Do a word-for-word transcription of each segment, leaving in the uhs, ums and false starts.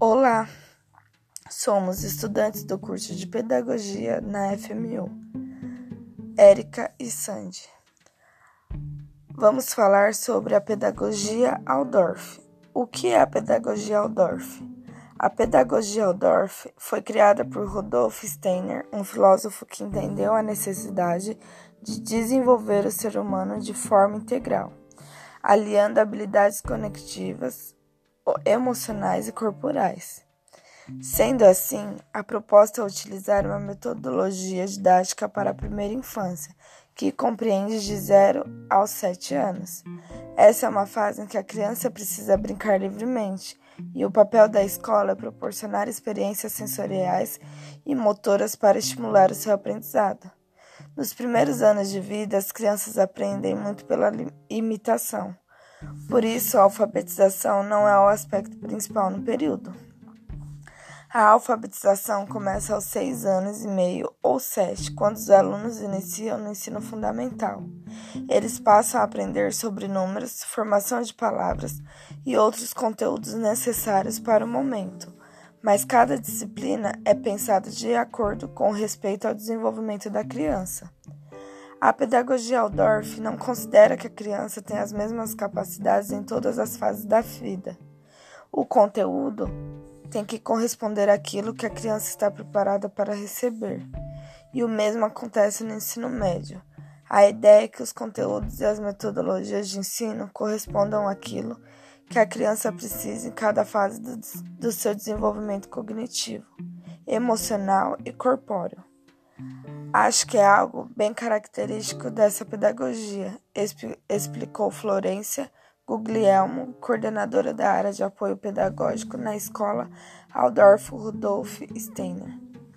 Olá, somos estudantes do curso de Pedagogia na F M U, Érica e Sandy. Vamos falar sobre a pedagogia Waldorf. O que é a pedagogia Waldorf? A pedagogia Waldorf foi criada por Rudolf Steiner, um filósofo que entendeu a necessidade de desenvolver o ser humano de forma integral, aliando habilidades cognitivas, emocionais e corporais. Sendo assim, a proposta é utilizar uma metodologia didática para a primeira infância, que compreende de zero aos sete anos. Essa é uma fase em que a criança precisa brincar livremente, e o papel da escola é proporcionar experiências sensoriais e motoras para estimular o seu aprendizado. Nos primeiros anos de vida, as crianças aprendem muito pela imitação. Por isso, a alfabetização não é o aspecto principal no período. A alfabetização começa aos seis anos e meio ou sete, quando os alunos iniciam no ensino fundamental. Eles passam a aprender sobre números, formação de palavras e outros conteúdos necessários para o momento, mas cada disciplina é pensada de acordo com respeito ao desenvolvimento da criança. A pedagogia Waldorf não considera que a criança tem as mesmas capacidades em todas as fases da vida. O conteúdo tem que corresponder àquilo que a criança está preparada para receber. E o mesmo acontece no ensino médio. A ideia é que os conteúdos e as metodologias de ensino correspondam àquilo que a criança precisa em cada fase do, do seu desenvolvimento cognitivo, emocional e corpóreo. Acho que é algo bem característico dessa pedagogia, explicou Florência Guglielmo, coordenadora da área de apoio pedagógico na escola Waldorf Rudolf Steiner.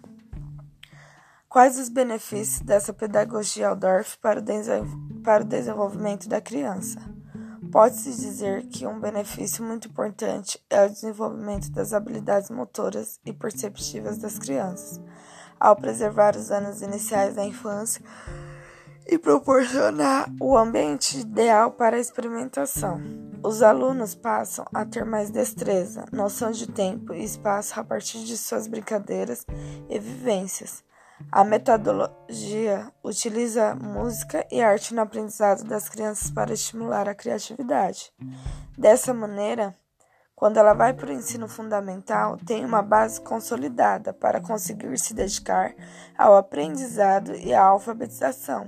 Quais os benefícios dessa pedagogia Waldorf para o, de- para o desenvolvimento da criança? Pode-se dizer que um benefício muito importante é o desenvolvimento das habilidades motoras e perceptivas das crianças, ao preservar os anos iniciais da infância e proporcionar o ambiente ideal para a experimentação. Os alunos passam a ter mais destreza, noção de tempo e espaço a partir de suas brincadeiras e vivências. A metodologia utiliza música e arte no aprendizado das crianças para estimular a criatividade. Dessa maneira, quando ela vai para o ensino fundamental, tem uma base consolidada para conseguir se dedicar ao aprendizado e à alfabetização.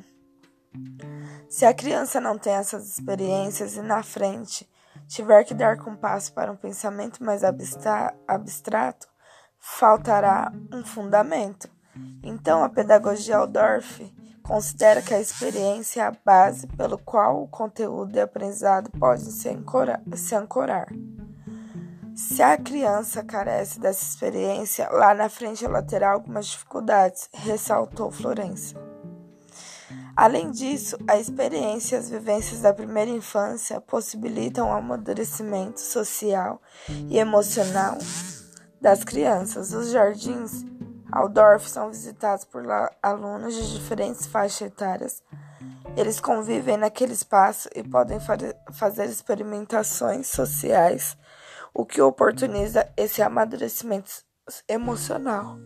Se a criança não tem essas experiências e na frente tiver que dar compasso para um pensamento mais abstrato, faltará um fundamento. Então, a pedagogia Waldorf considera que a experiência é a base pelo qual o conteúdo e aprendizado podem se ancorar. Se ancorar. Se a criança carece dessa experiência, lá na frente ela terá algumas dificuldades, ressaltou Florência. Além disso, a experiência e as vivências da primeira infância possibilitam o amadurecimento social e emocional das crianças. Os jardins Waldorf são visitados por alunos de diferentes faixas etárias. Eles convivem naquele espaço e podem fazer experimentações sociais, o que oportuniza esse amadurecimento emocional.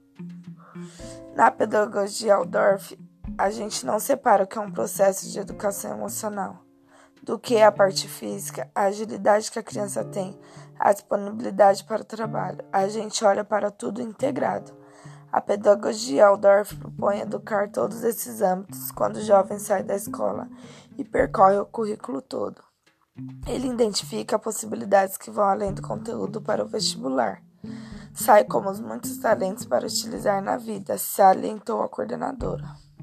Na pedagogia Waldorf, a gente não separa o que é um processo de educação emocional do que é a parte física, a agilidade que a criança tem, a disponibilidade para o trabalho. A gente olha para tudo integrado. A pedagogia Waldorf propõe educar todos esses âmbitos quando o jovem sai da escola e percorre o currículo todo. Ele identifica possibilidades que vão além do conteúdo para o vestibular. Sai como os muitos talentos para utilizar na vida, se alientou a coordenadora.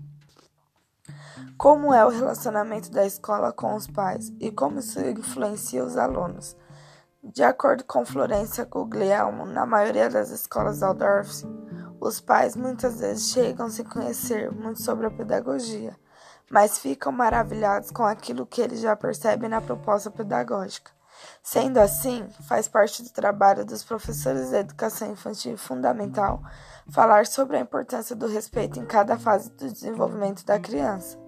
Como é o relacionamento da escola com os pais e como isso influencia os alunos? De acordo com Florência Guglielmo, na maioria das escolas Waldorf, os pais muitas vezes chegam sem conhecer muito sobre a pedagogia, mas ficam maravilhados com aquilo que eles já percebem na proposta pedagógica. Sendo assim, faz parte do trabalho dos professores da educação infantil e fundamental falar sobre a importância do respeito em cada fase do desenvolvimento da criança.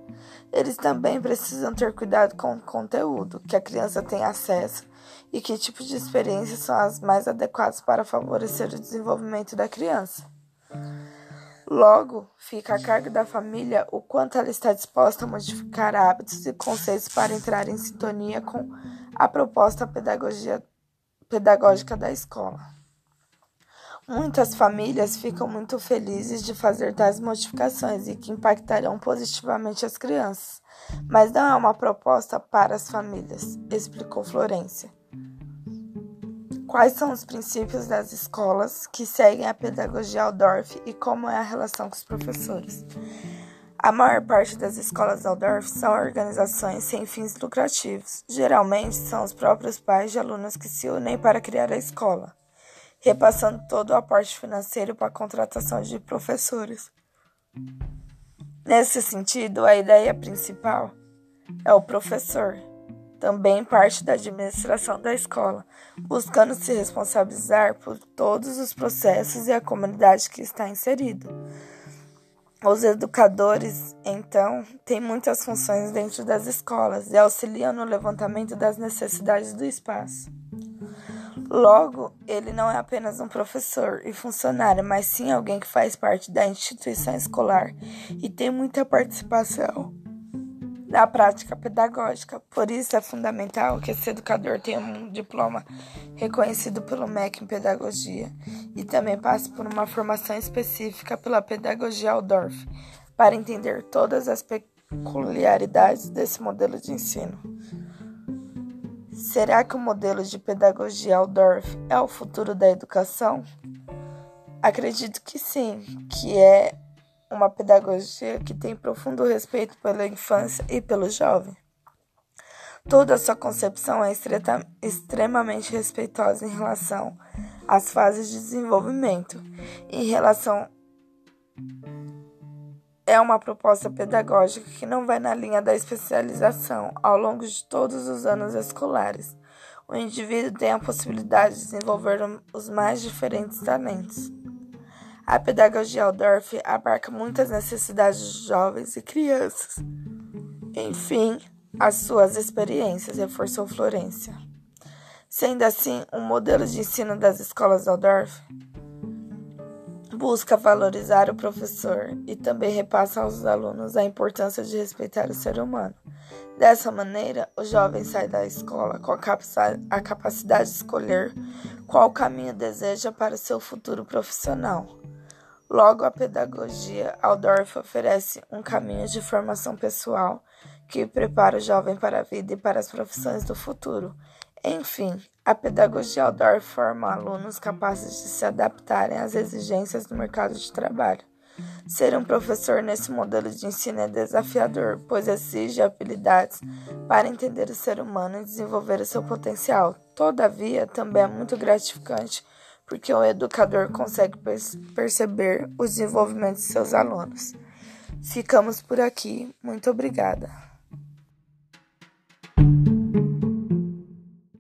Eles também precisam ter cuidado com o conteúdo que a criança tem acesso e que tipo de experiências são as mais adequadas para favorecer o desenvolvimento da criança. Logo, fica a cargo da família o quanto ela está disposta a modificar hábitos e conceitos para entrar em sintonia com a proposta pedagogia, pedagógica da escola. Muitas famílias ficam muito felizes de fazer tais modificações e que impactarão positivamente as crianças, mas não é uma proposta para as famílias, explicou Florência. Quais são os princípios das escolas que seguem a pedagogia Waldorf e como é a relação com os professores? A maior parte das escolas Waldorf são organizações sem fins lucrativos. Geralmente são os próprios pais de alunos que se unem para criar a escola, repassando todo o aporte financeiro para a contratação de professores. Nesse sentido, a ideia principal é o professor, também parte da administração da escola, buscando se responsabilizar por todos os processos e a comunidade que está inserida. Os educadores, então, têm muitas funções dentro das escolas e auxiliam no levantamento das necessidades do espaço. Logo, ele não é apenas um professor e funcionário, mas sim alguém que faz parte da instituição escolar e tem muita participação na prática pedagógica. Por isso é fundamental que esse educador tenha um diploma reconhecido pelo M E C em pedagogia e também passe por uma formação específica pela pedagogia Waldorf para entender todas as peculiaridades desse modelo de ensino. Será que o modelo de pedagogia Waldorf é o futuro da educação? Acredito que sim, que é uma pedagogia que tem profundo respeito pela infância e pelo jovem. Toda a sua concepção é estreta, extremamente respeitosa em relação às fases de desenvolvimento. Em relação É uma proposta pedagógica que não vai na linha da especialização ao longo de todos os anos escolares. O indivíduo tem a possibilidade de desenvolver os mais diferentes talentos. A pedagogia Waldorf abarca muitas necessidades de jovens e crianças. Enfim, as suas experiências, reforçou Florência. Sendo assim, o modelo de ensino das escolas Waldorf busca valorizar o professor e também repassa aos alunos a importância de respeitar o ser humano. Dessa maneira, o jovem sai da escola com a capacidade de escolher qual caminho deseja para o seu futuro profissional. Logo, a pedagogia Waldorf oferece um caminho de formação pessoal que prepara o jovem para a vida e para as profissões do futuro. Enfim, a pedagogia Waldorf forma alunos capazes de se adaptarem às exigências do mercado de trabalho. Ser um professor nesse modelo de ensino é desafiador, pois exige habilidades para entender o ser humano e desenvolver o seu potencial. Todavia, também é muito gratificante, porque o educador consegue perceber o desenvolvimento de seus alunos. Ficamos por aqui. Muito obrigada.